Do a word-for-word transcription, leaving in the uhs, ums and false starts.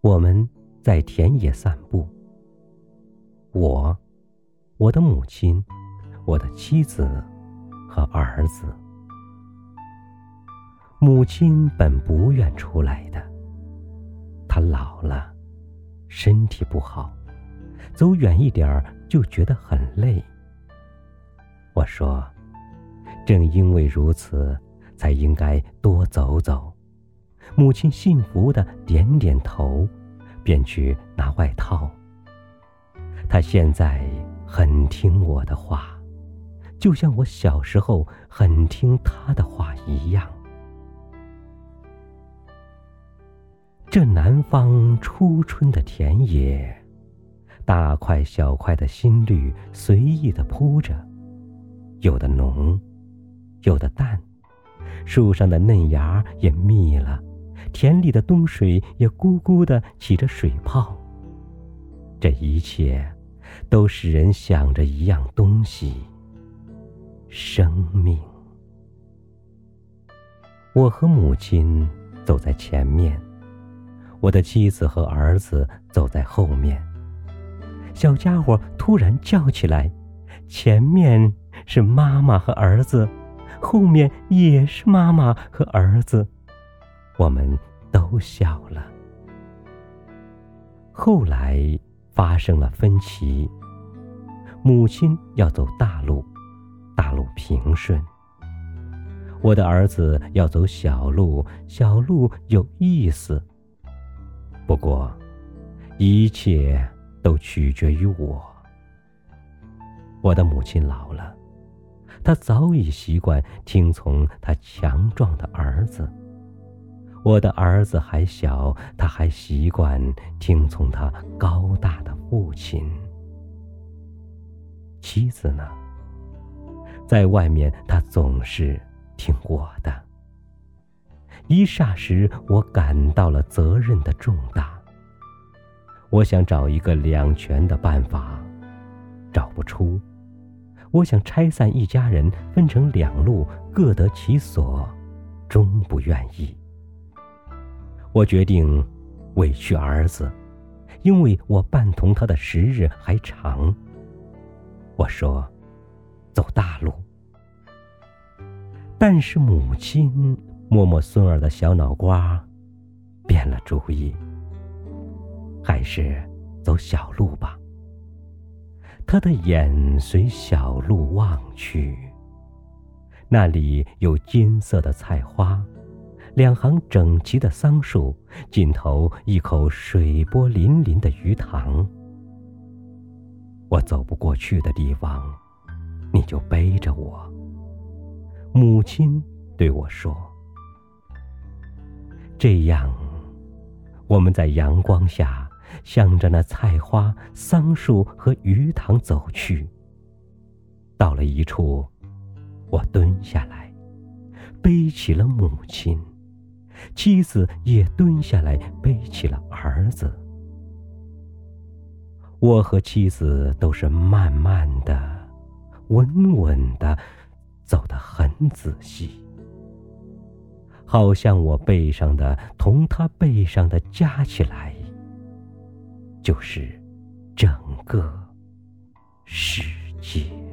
我们在田野散步，我、我的母亲、我的妻子和儿子。母亲本不愿出来的，她老了，身体不好，走远一点儿就觉得很累。我说，正因为如此，才应该多走走。母亲幸福地点点头，便去拿外套。她现在很听我的话，就像我小时候很听她的话一样。这南方初春的田野，大块小块的新绿随意地铺着，有的浓，有的淡，树上的嫩芽也密了，田里的冬水也咕咕地起着水泡。这一切都使人想着一样东西：生命。我和母亲走在前面，我的妻子和儿子走在后面。小家伙突然叫起来，前面是妈妈和儿子，后面也是妈妈和儿子。我们都笑了。后来发生了分歧，母亲要走大路，大路平顺；我的儿子要走小路，小路有意思。不过，一切都取决于我。我的母亲老了，她早已习惯听从她强壮的儿子；我的儿子还小，他还习惯听从他高大的父亲。妻子呢？在外面，她总是听我的。一霎时，我感到了责任的重大。我想找一个两全的办法，找不出。我想拆散一家人，分成两路，各得其所，终不愿意。我决定委屈儿子，因为我伴同他的时日还长。我说，走大路。但是母亲摸摸孙儿的小脑瓜，变了主意，还是走小路吧。他的眼随小路望去，那里有金色的菜花，两行整齐的桑树，尽头一口水波粼粼的鱼塘。我走不过去的地方，你就背着我。母亲对我说。这样，我们在阳光下向着那菜花、桑树和鱼塘走去。到了一处，我蹲下来，背起了母亲，妻子也蹲下来背起了儿子。我和妻子都是慢慢的、稳稳的走得很仔细，好像我背上的同他背上的加起来，就是整个世界。